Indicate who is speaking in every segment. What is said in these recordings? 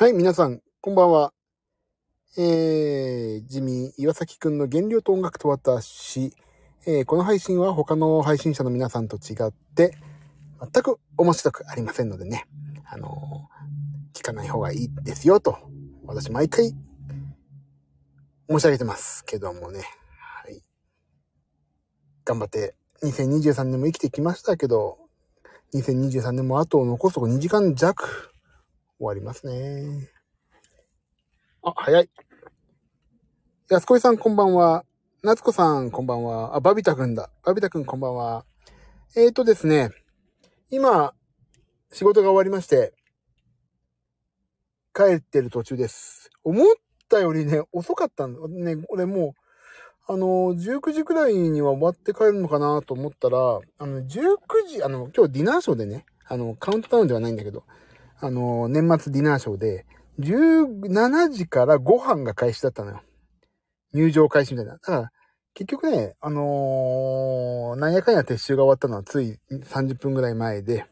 Speaker 1: はい、皆さん、こんばんは。ジミー岩崎くんの原料と音楽と私。この配信は他の配信者の皆さんと違って、全く面白くありませんのでね、聞かない方がいいですよと、私毎回申し上げてますけどもね、はい。頑張って2023年も生きてきましたけど、2023年もあと残すとこ2時間弱終わりますね。あ、早い。安子さんこんばんは。夏子さんこんばんは。あ、バビタくんだ。バビタくんこんばんは。ですね、今、仕事が終わりまして、帰ってる途中です。思ったよりね、遅かったんだ。ね、俺もう、19時くらいには終わって帰るのかなと思ったら、19時、今日ディナーショーでね、カウントダウンではないんだけど、年末ディナーショーで、17時からご飯が開始だったのよ。入場開始みたいな。だから、結局ね、なんやかんや撤収が終わったのはつい30分ぐらい前で、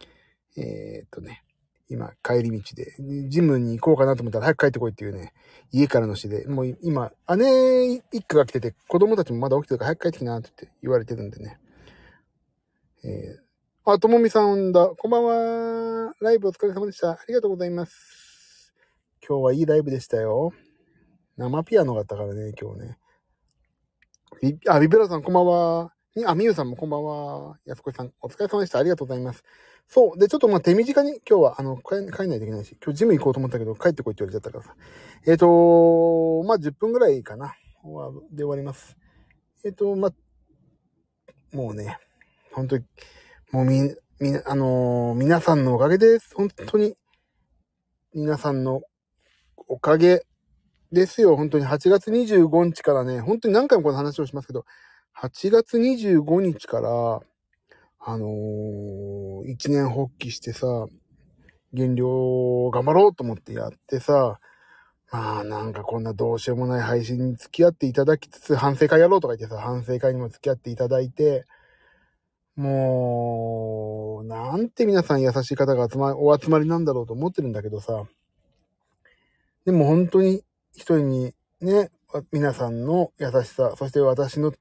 Speaker 1: 今、帰り道で、ジムに行こうかなと思ったら早く帰ってこいっていうね、家からの指で、もう今、姉一家が来てて、子供たちもまだ起きてるから早く帰ってきなって言われてるんでね。ともみさんだ。こんばんは。ライブお疲れ様でした。ありがとうございます。今日はいいライブでしたよ。生ピアノがあったからね、今日ね。ビブラさんこんばんは。みゆさんもこんばんは。やすこさん、お疲れ様でした。ありがとうございます。そう。で、ちょっと手短に今日は、帰んないといけないし、今日ジム行こうと思ったけど、帰ってこいって言われちゃったからさ。10分ぐらいかな。で終わります。もうね、本当に、もう皆さんのおかげです。本当に、皆さんのおかげですよ。本当に8月25日からね、本当に何回もこの話をしますけど、8月25日から、一年発起してさ、減量頑張ろうと思ってやってさ、まあなんかこんなどうしようもない配信に付き合っていただきつつ、反省会やろうとか言ってさ、反省会にも付き合っていただいて、もう、なんて皆さん優しい方がお集まりなんだろうと思ってるんだけどさ、でも本当に一人にね、皆さんの優しさ、そして私の、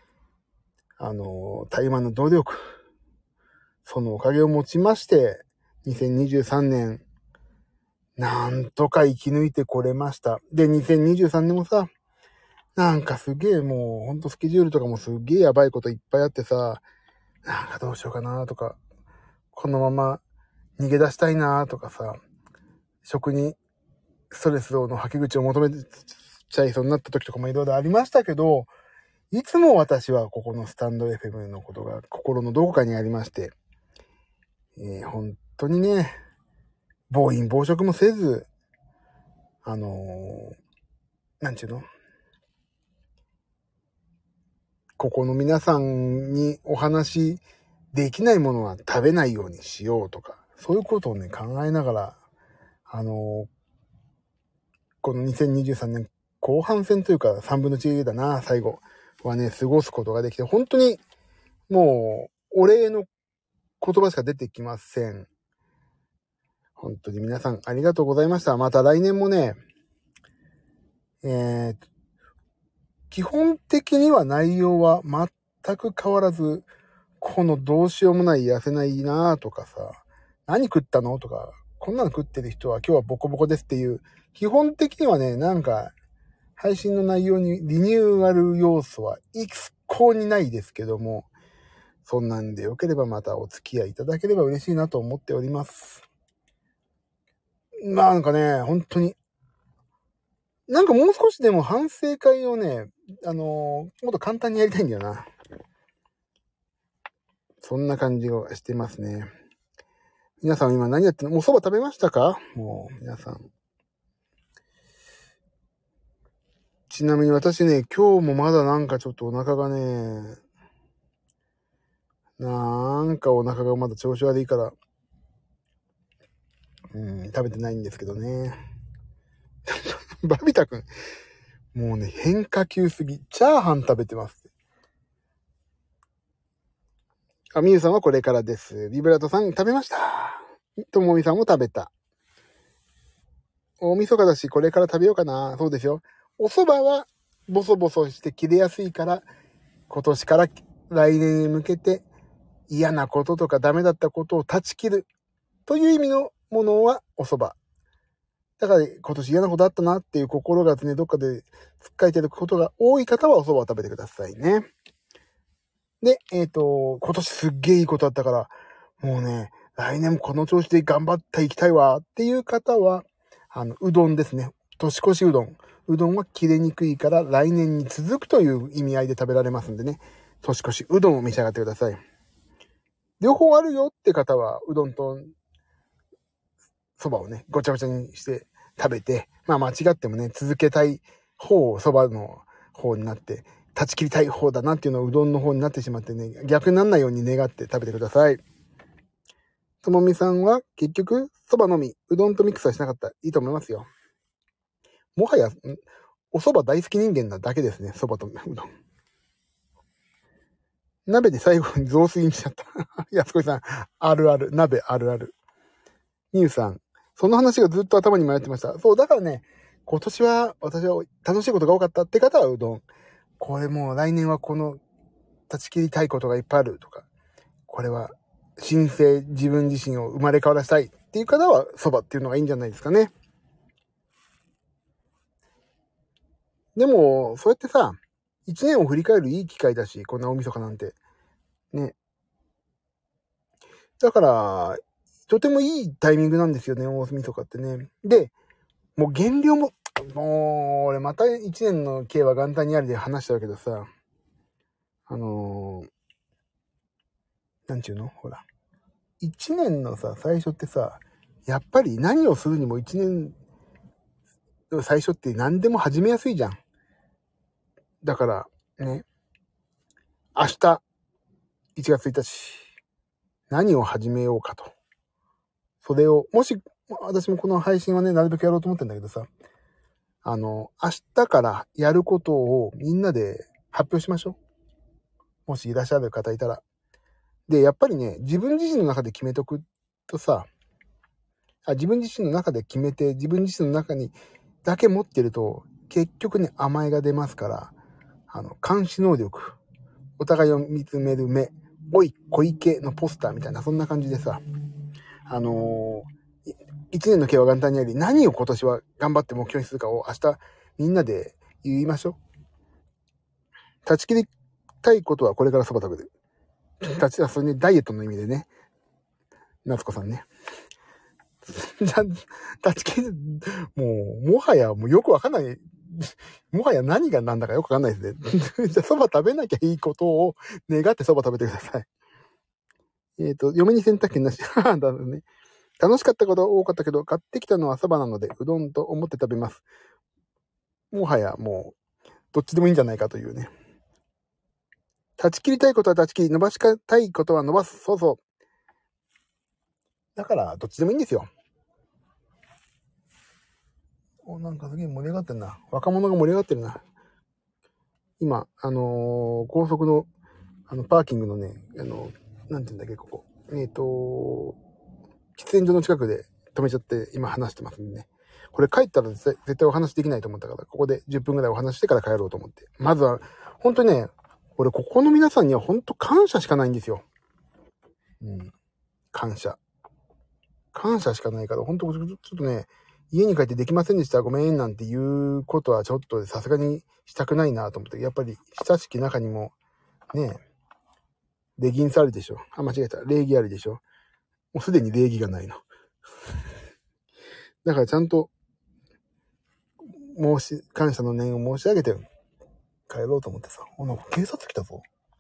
Speaker 1: たゆまぬ努力、そのおかげをもちまして、2023年、なんとか生き抜いてこれました。で、2023年もさ、なんかすげえもう、ほんとスケジュールとかもすげえやばいこといっぱいあってさ、なんかどうしようかなとか、このまま逃げ出したいなとかさ、食にストレスの吐き口を求めちゃいそうになった時とかもいろいろありましたけど、いつも私はここのスタンド FM のことが心のどこかにありまして、本当にね、暴飲暴食もせず、なんちゅうの、ここの皆さんにお話できないものは食べないようにしようとか、そういうことをね、考えながら、この2023年後半戦というか3分の1だな、最後はね、過ごすことができて、本当にもう、お礼の言葉しか出てきません。本当に皆さんありがとうございました。また来年もね、基本的には内容は全く変わらず、このどうしようもない痩せないなとかさ、何食ったのとか、こんなの食ってる人は今日はボコボコですっていう、基本的にはね、なんか、配信の内容にリニューアル要素は一向にないですけども、そんなんでよければまたお付き合いいただければ嬉しいなと思っております。なんかね、本当に、なんかもう少しでも反省会をね、もっと簡単にやりたいんだよな。そんな感じがしてますね。皆さん今何やってんの？もう蕎麦食べましたか？もう皆さん。ちなみに私ね、今日もまだなんかちょっとお腹がね、なんかお腹がまだ調子悪いから、食べてないんですけどね。バビタくん、もうね、変化球すぎ。チャーハン食べてます。みゆさんはこれからです。ビブラートさん食べました。ともみさんも食べた。 大晦日だし、これから食べようかな。そうですよ。お蕎麦は、ボソボソして切れやすいから、今年から来年に向けて、嫌なこととかダメだったことを断ち切る。という意味のものはお蕎麦。だから今年嫌なことあったなっていう心がね、どっかでつっかえてることが多い方はお蕎麦を食べてくださいね。で、今年すっげえいいことあったから、もうね、来年もこの調子で頑張っていきたいわっていう方は、うどんですね。年越しうどん。うどんは切れにくいから来年に続くという意味合いで食べられますんでね。年越しうどんを召し上がってください。両方あるよって方は、うどんと蕎麦をね、ごちゃごちゃにして食べて、まあ間違ってもね、続けたい方を蕎麦の方になって、断ち切りたい方だなっていうのをうどんの方になってしまってね、逆にならないように願って食べてください。ともみさんは結局蕎麦のみ、うどんとミックスはしなかった。いいと思いますよ。もはや、お蕎麦大好き人間なだけですね、蕎麦とうどん。鍋で最後に雑炊にしちゃった。安子さん、あるある。鍋あるある。みゆさん、その話がずっと頭に迷ってました。そう、だからね、今年は私は楽しいことが多かったって方はうどん。これもう来年はこの断ち切りたいことがいっぱいあるとか、これは新生自分自身を生まれ変わらせたいっていう方は蕎麦っていうのがいいんじゃないですかね。でも、そうやってさ、一年を振り返るいい機会だし、こんな大晦日なんて。ね。だから、とてもいいタイミングなんですよね、大晦日ってね。で、もう減量も、もう、俺また一年の計は元旦にありで話したけどさ、なんちゅうのほら。一年のさ、最初ってさ、やっぱり何をするにも一年の最初って何でも始めやすいじゃん。だから、ね、明日、1月1日、何を始めようかと。それを、もし、私もこの配信はね、なるべくやろうと思ってんだけどさ、明日からやることをみんなで発表しましょう。もしいらっしゃる方いたら。で、やっぱりね、自分自身の中で決めとくとさ、自分自身の中で決めて、自分自身の中にだけ持ってると、結局ね、甘えが出ますから、監視能力、お互いを見つめる目、おい、小池のポスターみたいな、そんな感じでさ、一年の計は元旦にあり、何を今年は頑張って目標にするかを明日みんなで言いましょう。断ち切りたいことはこれからそば食べる。それね、ダイエットの意味でね。夏子さんね。断ち切る、もはやもうよくわかんない。もはや何が何だかよくわかんないですね。じゃあ蕎麦食べなきゃいいことを願って蕎麦食べてください。嫁に洗濯機なし。だね。楽しかったこと多かったけど、買ってきたのは蕎麦なので、うどんと思って食べます。もはやもう、どっちでもいいんじゃないかというね。断ち切りたいことは断ち切り、伸ばしたいことは伸ばす。そうそう。だから、どっちでもいいんですよ。なんかすげえ盛り上がってんな。若者が盛り上がってるな。今、高速の、パーキングのね、なんて言うんだっけ、ここ。喫煙所の近くで止めちゃって今話してますんでね。これ帰ったら絶対お話できないと思ったから、ここで10分ぐらいお話してから帰ろうと思って。まずは、本当にね、俺ここの皆さんには本当感謝しかないんですよ。うん。感謝。感謝しかないから、本当ちょっとね、家に帰ってできませんでした。ごめんなんていうことはちょっとさすがにしたくないなと思って。やっぱり親しき中にも、ね、礼儀ありでしょ。間違えた。礼儀ありでしょ。もうすでに礼儀がないの。だからちゃんと、感謝の念を申し上げて帰ろうと思ってさ。なんか警察来たぞ。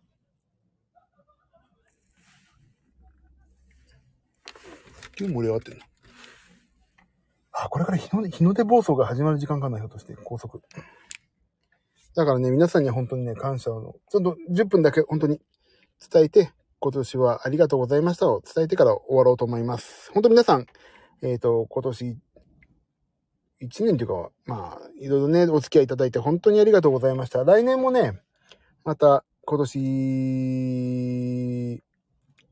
Speaker 1: 急に盛り上がってんの。これから日の出暴走が始まる時間かな、ひょっとして、高速。だからね、皆さんには本当にね、感謝を、ちょっと10分だけ本当に伝えて、今年はありがとうございましたを伝えてから終わろうと思います。本当皆さん、今年1年というか、まあ、いろいろね、お付き合いいただいて本当にありがとうございました。来年もね、また今年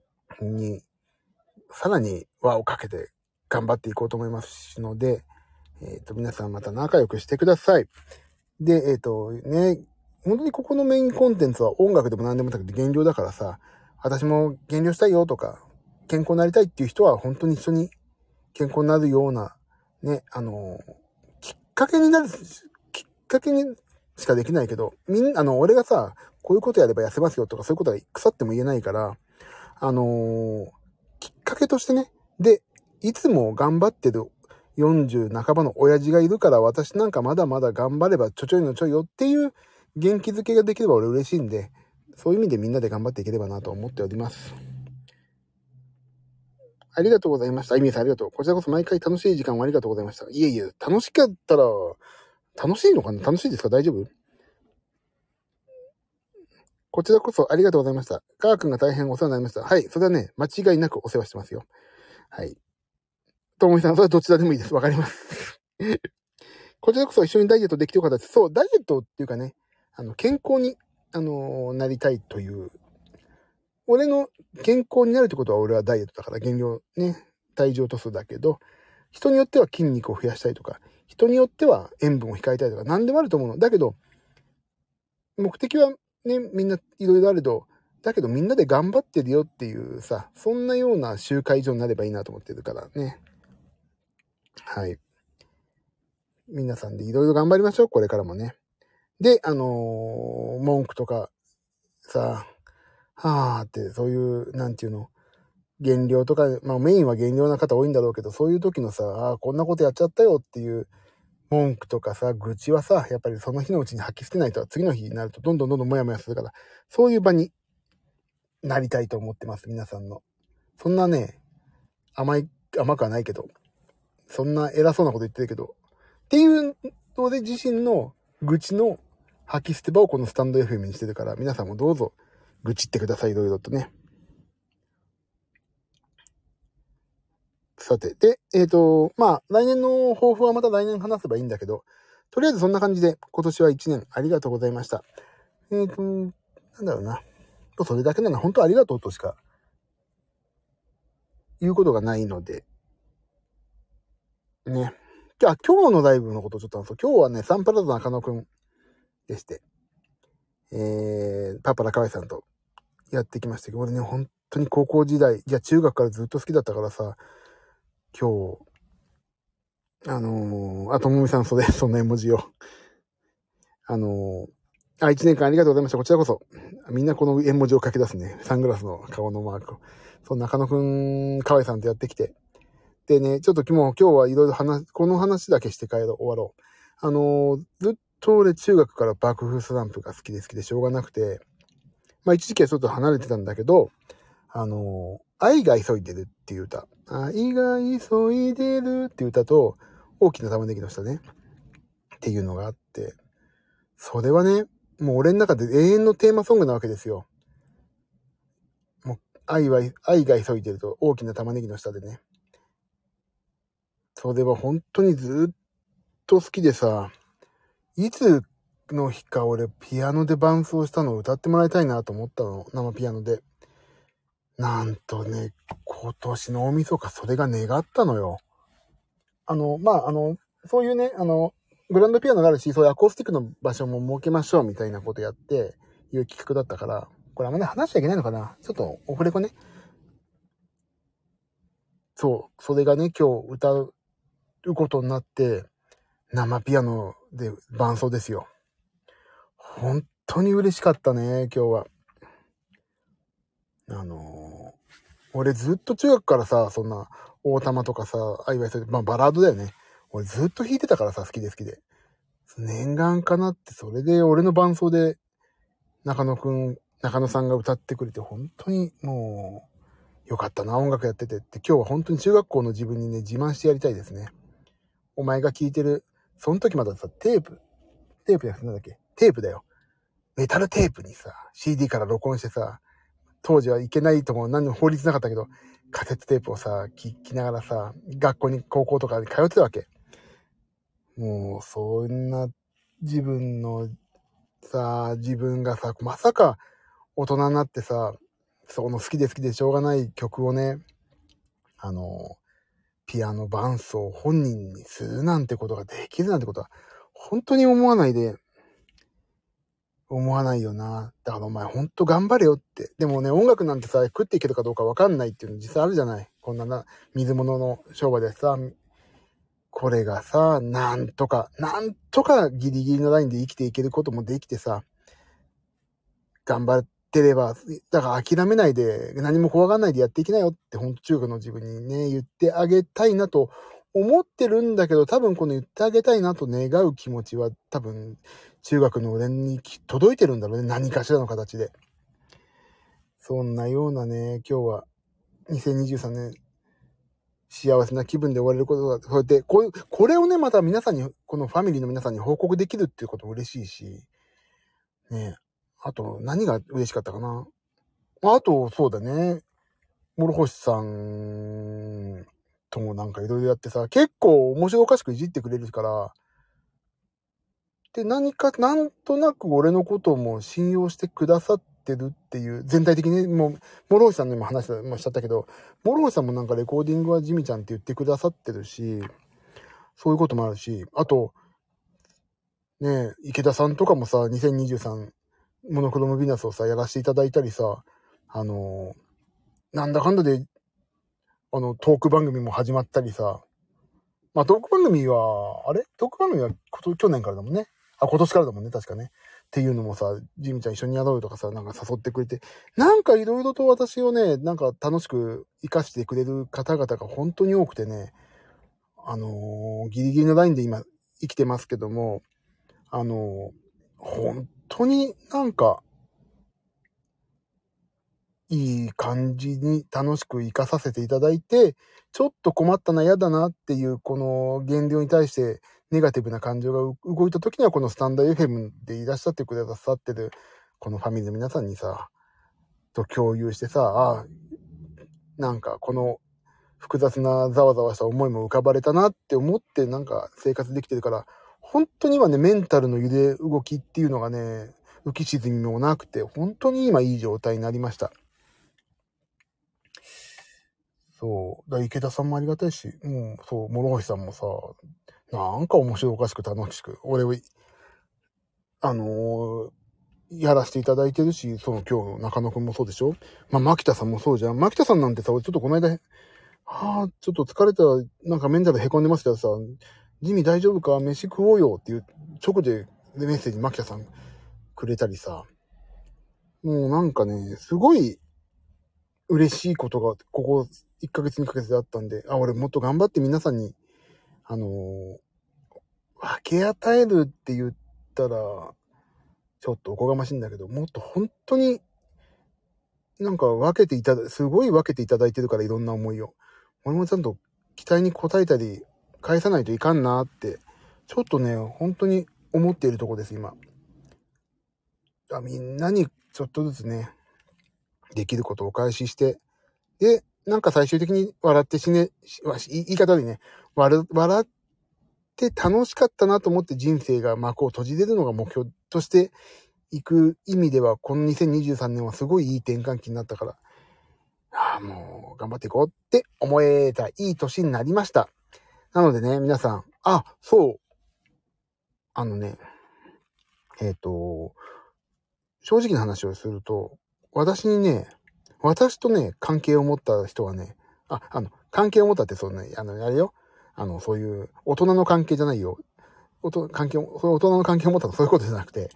Speaker 1: にさらに輪をかけて頑張っていこうと思いますので、 皆さんまた仲良くしてください。で、本当にここのメインコンテンツは音楽でも何でもなくて減量だからさ、私も減量したいよとか、健康になりたいっていう人は本当に一緒に健康になるような、ね、きっかけにしかできないけど、俺がさ、こういうことやれば痩せますよとかそういうことは腐っても言えないから、きっかけとしてね、で、いつも頑張ってる40半ばの親父がいるから私なんかまだまだ頑張ればちょいのちょいよっていう元気づけができれば俺嬉しいんで、そういう意味でみんなで頑張っていければなと思っております。ありがとうございました。イミさんありがとう。こちらこそ毎回楽しい時間をありがとうございました。いえいえ、楽しかったら、楽しいのかな？楽しいですか？大丈夫？こちらこそありがとうございました。カー君が大変お世話になりました。はい、それはね、間違いなくお世話してますよ。はい。ともみさん、それはどちらでもいいです。わかります。こちらこそ一緒にダイエットできてよかったです。そう、ダイエットっていうかね、健康に、なりたいという、俺の健康になるってことは俺はダイエットだから減量ね、体重を落とすだけど、人によっては筋肉を増やしたいとか、人によっては塩分を控えたいとか、何でもあると思うの。だけど、目的はね、みんないろいろあると、だけどみんなで頑張ってるよっていうさ、そんなような集会所になればいいなと思ってるからね。はい。皆さんでいろいろ頑張りましょう、これからもね。で、文句とかさ、はーって、そういう、なんていうの、減量とか、まあメインは減量な方多いんだろうけど、そういう時のさ、こんなことやっちゃったよっていう文句とかさ、愚痴はさ、やっぱりその日のうちに吐き捨てないと次の日になるとどんどんモヤモヤするから、そういう場になりたいと思ってます、皆さんの。そんなね、甘くはないけど、そんな偉そうなこと言ってるけど、っていうので自身の愚痴の吐き捨て場をこのスタンド FM にしてるから、皆さんもどうぞ愚痴ってください、いろいろとね。さて、で、まあ、来年の抱負はまた来年話せばいいんだけど、とりあえずそんな感じで今年は1年ありがとうございました。なんだろうな。それだけなの、本当ありがとうとしか言うことがないので、ね。今日のライブのことちょっと今日はね、サンプラザ中野くんでして、パパラカワイさんとやってきましたけど、俺ね、本当に高校時代、いや中学からずっと好きだったからさ、今日、ともみさんそんな絵文字を。1年間ありがとうございました。こちらこそ。みんなこの絵文字を書き出すね。サングラスの顔のマークを。そう、中野くん、河合さんとやってきて。でね、ちょっと今日はいろいろこの話だけして終わろう。ずっと俺中学から爆風スランプが好きでしょうがなくて、まあ一時期はちょっと離れてたんだけど、愛が急いでるっていう歌。愛が急いでるっていう歌と、大きな玉ねぎの下ね。っていうのがあって、それはね、もう俺の中で永遠のテーマソングなわけですよ。もう、愛が急いでると大きな玉ねぎの下でね。それは本当にずっと好きでさ、いつの日か俺ピアノで伴奏したのを歌ってもらいたいなと思ったの。生ピアノで。なんとね、今年の大晦日それが願ったのよ。そういうね、グランドピアノがあるし、そういうアコースティックの場所も設けましょうみたいなことやって、いう企画だったから、これあんまね話しちゃいけないのかな？ちょっとオフレコね。そう、それがね、今日歌うことになって、生ピアノで伴奏ですよ。本当に嬉しかったね、今日は。俺ずっと中学からさ、そんな、大玉とかさ、愛はまあバラードだよね。俺ずっと弾いてたからさ、好きで。念願かなって、それで俺の伴奏で、中野さんが歌ってくれて、本当にもう、よかったな、音楽やっててって、今日は本当に中学校の自分にね、自慢してやりたいですね。お前が聴いてる、その時まださ、テープじゃなくてなんだっけ？テープだよ。メタルテープにさ、CD から録音してさ、当時はいけないとも何も法律なかったけど、カセットテープをさ、聞きながらさ、学校に高校とかに通ってたわけ。もう、そんな自分がさ、まさか大人になってさ、その好きでしょうがない曲をね、 ピアノ伴奏本人にするなんてことができるなんてことは、本当に思わないよな。だからお前ほんと頑張れよって。でもね、音楽なんてさ、食っていけるかどうかわかんないっていうの実際あるじゃない。こんな水物の商売でさ、これがさ、なんとかギリギリのラインで生きていけることもできてさ、頑張ってれば、だから諦めないで、何も怖がらないでやっていきなよって、ほんと中学の自分にね、言ってあげたいなと思ってるんだけど、多分この言ってあげたいなと願う気持ちは多分中学の俺に届いてるんだろうね。何かしらの形で。そんなようなね、今日は2023年幸せな気分で終われることが、そうやってこれをね、また皆さんに、このファミリーの皆さんに報告できるっていうことも嬉しいし、ね。あと、何が嬉しかったかな。あと、そうだね。諸星さんともなんかいろいろやってさ、結構面白おかしくいじってくれるから、で、なんとなく俺のことも信用してくださってるっていう、全体的にね、もう、諸星さんにも話もしちゃったけど、諸星さんもなんかレコーディングはジミちゃんって言ってくださってるし、そういうこともあるし、あと、ね、池田さんとかもさ、2023モノクロムビナスをさ、やらせていただいたりさ、なんだかんだで、トーク番組も始まったりさ、まあ、トーク番組は去年からだもんね。今年からだもんね、確かね。っていうのもさ、ジミちゃん一緒にやろうよとかさ、なんか誘ってくれて、なんかいろいろと私をね、なんか楽しく活かしてくれる方々が本当に多くてね、ギリギリのラインで今生きてますけども、本当になんか、いい感じに楽しく活かさせていただいて、ちょっと困ったな、嫌だなっていう、この減量に対してネガティブな感情が動いた時には、このスタンド FM でいらっしゃってくださってる、このファミリーの皆さんにさ、と共有してさ、なんかこの複雑なざわざわした思いも浮かばれたなって思ってなんか生活できてるから、本当に今ね、メンタルの揺れ動きっていうのがね、浮き沈みもなくて、本当に今いい状態になりました。そう。池田さんもありがたいし、そう、諸星さんもさ、なんか面白おかしく楽しく、俺を、やらせていただいてるし、その今日の中野くんもそうでしょ。まあ、牧田さんもそうじゃん。牧田さんなんてさ、俺ちょっとこの間、ちょっと疲れた、なんかメンタル凹んでますけどさ、ジミ大丈夫か飯食おうよっていう、直でメッセージ牧田さんくれたりさ、もうなんかね、すごい嬉しいことが、ここ1ヶ月2ヶ月であったんで、俺もっと頑張って皆さんに、分け与えるって言ったら、ちょっとおこがましいんだけど、もっと本当に、なんかすごい分けていただいてるから、いろんな思いを。俺もちゃんと期待に応えたり、返さないといかんなって、ちょっとね、本当に思っているとこです、今。みんなにちょっとずつね、できることをお返しして、で、なんか最終的に笑って言い方でね、笑って楽しかったなと思って人生が幕を閉じれるのが目標としていく意味では、この2023年はすごいいい転換期になったから、もう頑張っていこうって思えたいい年になりました。なのでね、皆さん、そう。正直な話をすると、私とね、関係を持った人はね、関係を持ったってそうね、あれよ。そういう大人の関係じゃないよ。そういう大人の関係を持ったのそういうことじゃなくて、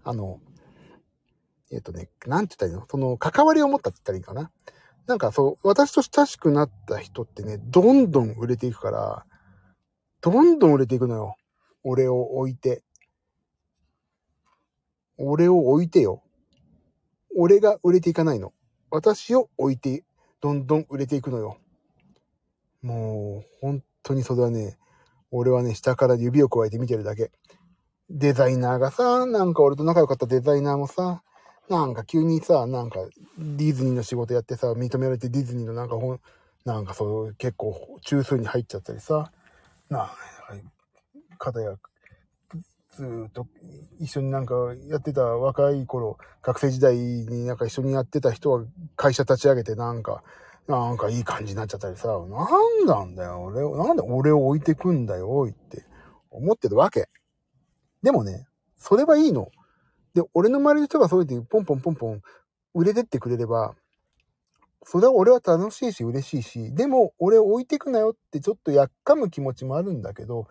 Speaker 1: なんて言ったらいいの？その、関わりを持ったって言ったらいいかな。なんかそう、私と親しくなった人ってね、どんどん売れていくから、どんどん売れていくのよ。俺を置いてよ。俺が売れていかないの。私を置いて、どんどん売れていくのよ。もう、本当にそれはね、俺はね、下から指を加えて見てるだけ。デザイナーがさ、なんか俺と仲良かったデザイナーもさ、なんか急にさ、なんかディズニーの仕事やってさ、認められてディズニーのなんかそう結構中枢に入っちゃったりさ、方やずーっと一緒になんかやってた若い頃、学生時代になんか一緒にやってた人は会社立ち上げてなんかなんかいい感じになっちゃったりさ、なんなんだよ、なんで俺を置いてくんだよ、って思ってるわけ。でもね、それはいいの。で、俺の周りの人がそう言ってポンポンポンポン売れてってくれれば、それは俺は楽しいし嬉しいし、でも俺を置いてくなよってちょっとやっかむ気持ちもあるんだけど、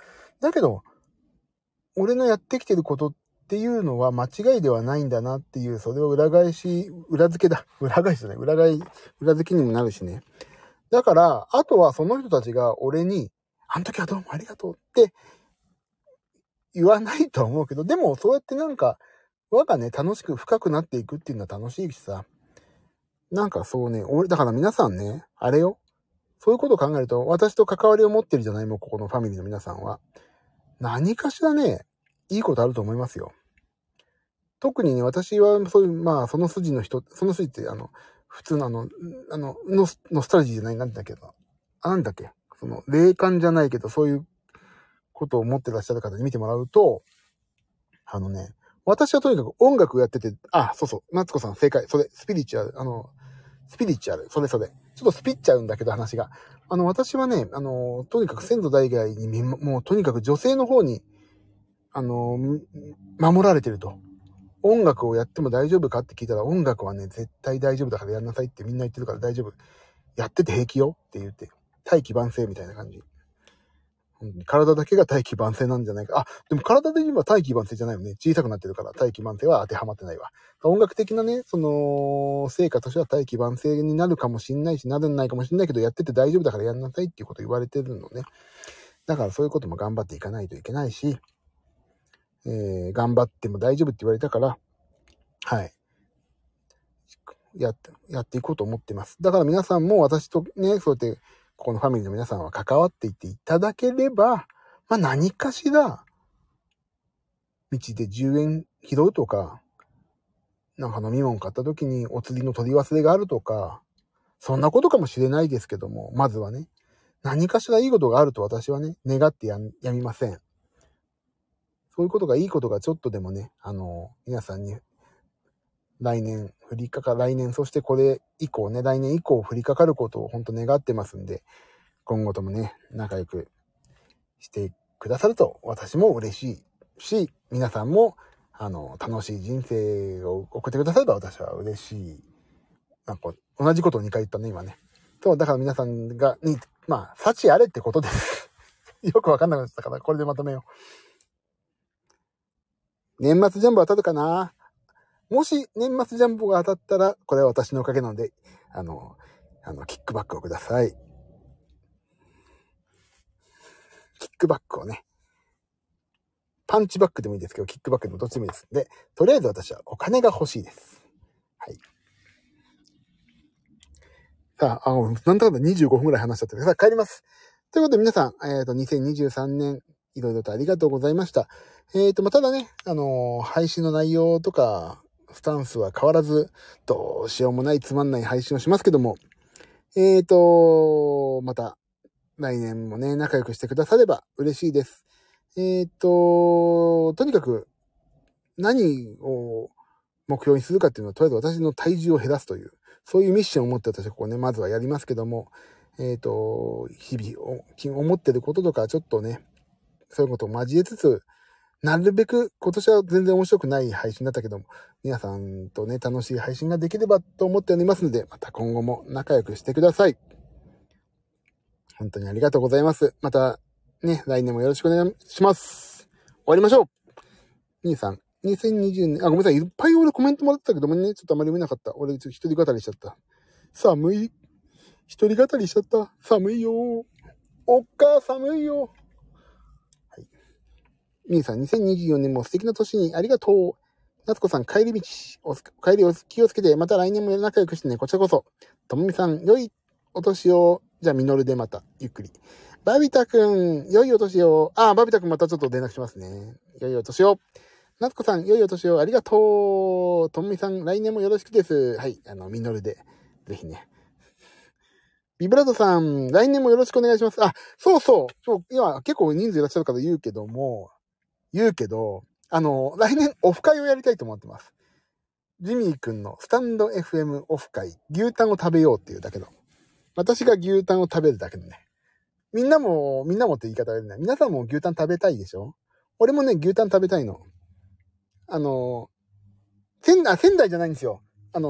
Speaker 1: 俺のやってきてることっていうのは間違いではないんだなっていう、それを裏付けだ。裏返しじゃない。裏付けにもなるしね。だから、あとはその人たちが俺に、あの時はどうもありがとうって言わないと思うけど、でもそうやってなんか、輪がね、楽しく深くなっていくっていうのは楽しいしさ。なんかそうね、だから皆さんね、あれよ。そういうことを考えると、私と関わりを持ってるじゃないもうここのファミリーの皆さんは。何かしらね、いいことあると思いますよ。特にね、私はそういう、まあ、その筋って普通のノスタルジーじゃない、なんだっけど、なんだっけ、霊感じゃないけど、そういうことを思ってらっしゃる方に見てもらうと、私はとにかく音楽をやってて、そうそう、マツコさん正解、それ、スピリチュアル、それ。ちょっとスピっちゃうんだけど話が。私はね、とにかく先祖代々にもうとにかく女性の方に、守られてると。音楽をやっても大丈夫かって聞いたら、音楽はね、絶対大丈夫だからやんなさいってみんな言ってるから大丈夫。やってて平気よって言って、大器晩成みたいな感じ。体だけが大器晩成なんじゃないか。でも体で言えば大器晩成じゃないよね。小さくなってるから大器晩成は当てはまってないわ。音楽的なね、成果としては大器晩成になるかもしんないし、ならないかもしんないけど、やってて大丈夫だからやんなさいっていうこと言われてるのね。だからそういうことも頑張っていかないといけないし、頑張っても大丈夫って言われたから、はい。やっていこうと思ってます。だから皆さんも私とね、そうやって、ここのファミリーの皆さんは関わっていっていただければ、まあ何かしら、道で10円拾うとか、なんか飲み物買った時にお釣りの取り忘れがあるとか、そんなことかもしれないですけども、まずはね、何かしらいいことがあると私はね、願ってやみません。そういうことがいいことがちょっとでもね、皆さんに来年、そしてこれ以降ね、来年以降降りかかることを本当願ってますんで、今後ともね、仲良くしてくださると私も嬉しいし、皆さんも、楽しい人生を送ってくだされば私は嬉しい。なんか、同じことを2回言ったね、今ね。だから皆さんまあ、幸あれってことです。よくわかんなくなっちゃったから、これでまとめよう。年末ジャンボ当たるかな？もし年末ジャンボが当たったら、これは私のおかげなので、キックバックをください。キックバックをね、パンチバックでもいいですけど、キックバックでもどっちでもいいですんで、とりあえず私はお金が欲しいです。はい。さあ、なんだかんだ25分くらい話しちゃってさあ帰ります。ということで皆さん、2023年、いろいろとありがとうございました。ただね、配信の内容とか、スタンスは変わらず、どうしようもないつまんない配信をしますけども、また、来年もね、仲良くしてくだされば嬉しいです。とにかく、何を目標にするかっていうのは、とりあえず私の体重を減らすという、そういうミッションを持って私はここね、まずはやりますけども、日々思ってることとか、ちょっとね、そういうことを交えつつ、なるべく今年は全然面白くない配信だったけども、皆さんとね、楽しい配信ができればと思っておりますので、また今後も仲良くしてください。本当にありがとうございます。またね、来年もよろしくお願いします。終わりましょう。兄さん、2020年、ごめんなさい。いっぱい俺コメントもらってたけどもね、ちょっとあまり読めなかった。俺ちょっと一人語りしちゃった。寒い。一人語りしちゃった。寒いよ。おっか、寒いよ。はい。兄さん、2024年も素敵な年にありがとう。夏子さん、帰りお気をつけて、また来年も仲良くしてね。こちらこそ。ともみさん、良いお年を。じゃあ、みのるでまた、ゆっくり。バビタくん、良いお年を。バビタくんまたちょっと連絡しますね。良いお年を。夏子さん、良いお年を。ありがとう。ともみさん、来年もよろしくです。はい、みのるで。ぜひね。ビブラートさん、来年もよろしくお願いします。そう。今、結構人数いらっしゃる方言うけど、来年オフ会をやりたいと思ってます。ジミーくんのスタンド FM オフ会、牛タンを食べようっていうだけの。 私が牛タンを食べるだけのね。みんなもって言い方がない。皆さんも牛タン食べたいでしょ？俺もね、牛タン食べたいの。仙台じゃないんですよ。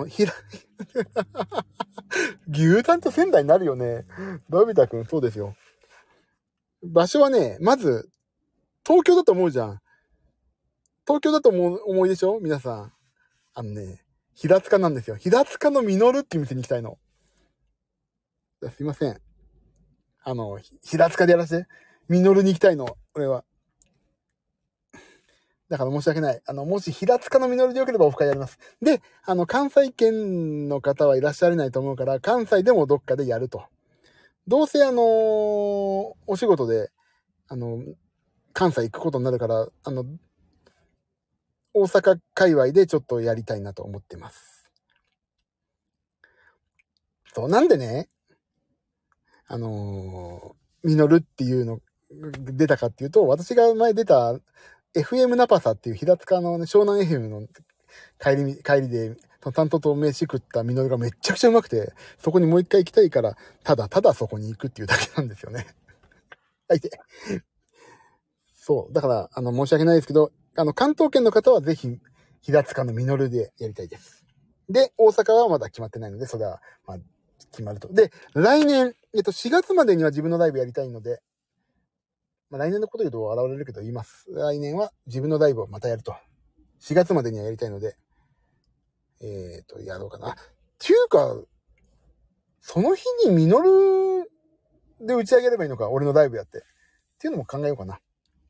Speaker 1: 牛タンと仙台になるよね。のび太くん、そうですよ。場所はね、まず、東京だと思うじゃん。東京だと思いでしょ皆さん。平塚なんですよ。平塚のミノルっていう店に行きたいの。すいません。平塚でやらせて。ミノルに行きたいの。俺は。だから申し訳ない。もし平塚のミノルでよければオフ会やります。で、関西圏の方はいらっしゃらないと思うから、関西でもどっかでやると。どうせお仕事で、関西行くことになるから、大阪界隈でちょっとやりたいなと思ってます。そう、なんでね、ミノルっていうの出たかっていうと、私が前出た FM ナパサっていう平塚の、ね、湘南 FM の帰りで、担当と飯食ったミノルがめっちゃくちゃうまくて、そこにもう一回行きたいから、ただそこに行くっていうだけなんですよね。はい。そう。だから、申し訳ないですけど、関東圏の方はぜひ、平塚のミノルでやりたいです。で、大阪はまだ決まってないので、それは、まあ、決まると。で、来年、4月までには自分のライブやりたいので、まあ、来年のこと言うと笑われるけど言います。来年は自分のライブをまたやると。4月までにはやりたいので、やろうかな。っていうか、その日にミノルで打ち上げればいいのか、俺のライブやって。っていうのも考えようかな。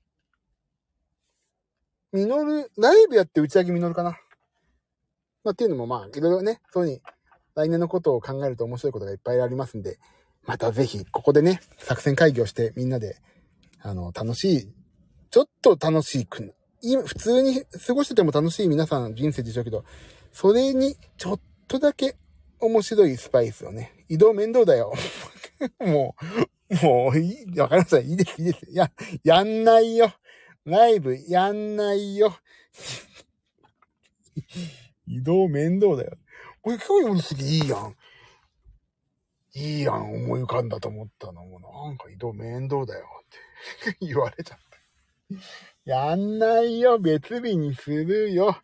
Speaker 1: ミノル、ライブやって打ち上げミノルかな。まあ、っていうのもまあ、いろいろね、そうに、来年のことを考えると面白いことがいっぱいありますんで、またぜひ、ここでね、作戦会議をしてみんなで、楽しい、ちょっと楽しい普通に過ごしてても楽しい皆さん人生でしょうけど、それにちょっとだけ面白いスパイスをね、移動面倒だよ。もういい、わかりました。いいです。やんないよ。ライブやんないよ。移動面倒だよ。これ今日読むすぎいいやん。いいやん、思い浮かんだと思ったのも、なんか移動面倒だよって言われちゃった。やんないよ、別日にするよ。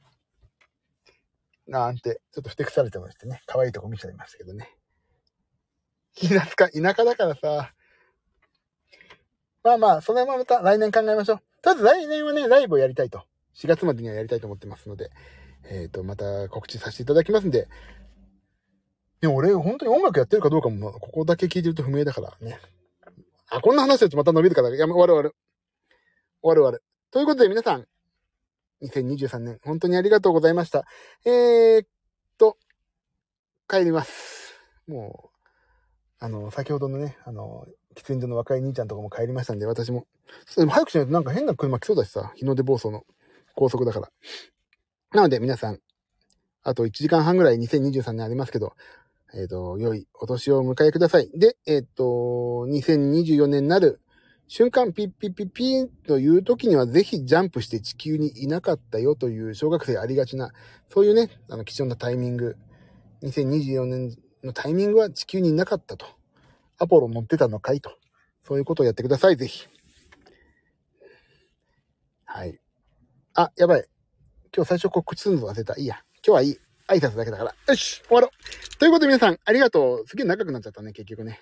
Speaker 1: なんて、ちょっとふてくされてましてね、可愛いとこ見ちゃいましたけどね。平塚、田舎だからさ。まあ、それはまた来年考えましょう。とりあえず来年はね、ライブをやりたいと。4月までにはやりたいと思ってますので、また告知させていただきますんで。でも俺、本当に音楽やってるかどうかも、ここだけ聞いてると不明だからね。こんな話だとまた伸びるから、終わる。ということで皆さん、2023年、本当にありがとうございました。帰ります。もう、先ほどのね、喫煙所の若い兄ちゃんとかも帰りましたんで、私も。でも早くしないとなんか変な車来そうだしさ、日の出暴走の高速だから。なので皆さん、あと1時間半ぐらい2023年ありますけど、良いお年をお迎えください。で、2024年になる瞬間ピッピッピッピーという時にはぜひジャンプして地球にいなかったよという小学生ありがちな、そういうね、貴重なタイミング、2024年のタイミングは地球にいなかったと。アポロ乗ってたのかいと。そういうことをやってください、ぜひ。はい。やばい。今日最初告知するの忘れた。いいや。今日はいい。挨拶だけだから。よし、終わろう。ということで皆さん、ありがとう。すげえ長くなっちゃったね、結局ね。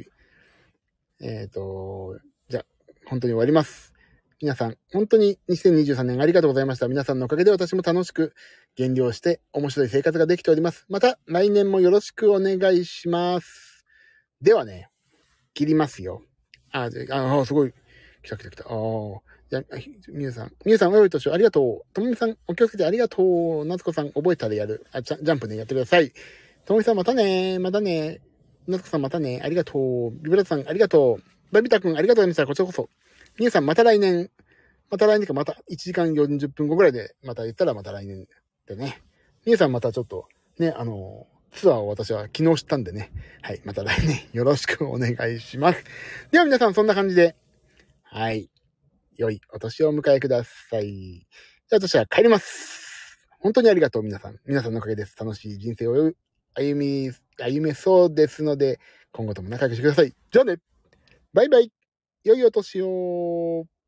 Speaker 1: じゃあ、本当に終わります。皆さん、本当に2023年ありがとうございました。皆さんのおかげで私も楽しく減量して面白い生活ができております。また来年もよろしくお願いします。ではね、切りますよ。すごい。来た。みゆさん、およいとしありがとう。ともみさん、お気をつけてありがとう。なつこさん、覚えたらやる。ジャンプね、やってください。ともみさん、またね。なつこさん、またね。ありがとう。ビブラさん、ありがとう。バビタ君、ありがとうございました。こちらこそ。みゆさん、また来年か、また1時間40分後ぐらいで、また言ったらまた来年でね。みゆさん、またちょっと、ね、ツアーを私は昨日知ったんでね。はい。また来年よろしくお願いします。では皆さんそんな感じで、はい。良いお年をお迎えください。じゃあ私は帰ります。本当にありがとう皆さん。皆さんのおかげです。楽しい人生を歩歩めそうですので、今後とも仲良くしてください。じゃあね、バイバイ、良いお年を。